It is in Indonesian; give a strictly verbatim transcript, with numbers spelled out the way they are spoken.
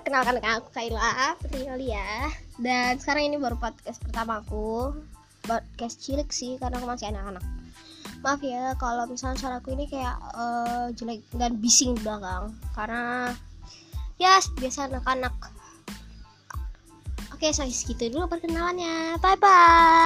perkenalkan aku Kayla Putri Aulia. Dan sekarang ini baru podcast pertama aku. Podcast cilik sih, karena aku masih anak-anak. Maaf ya kalau misalnya suaraku ini kayak uh, jelek dan bising di belakang, karena ya biasa anak-anak. Oke, so segitu dulu perkenalannya. Bye bye.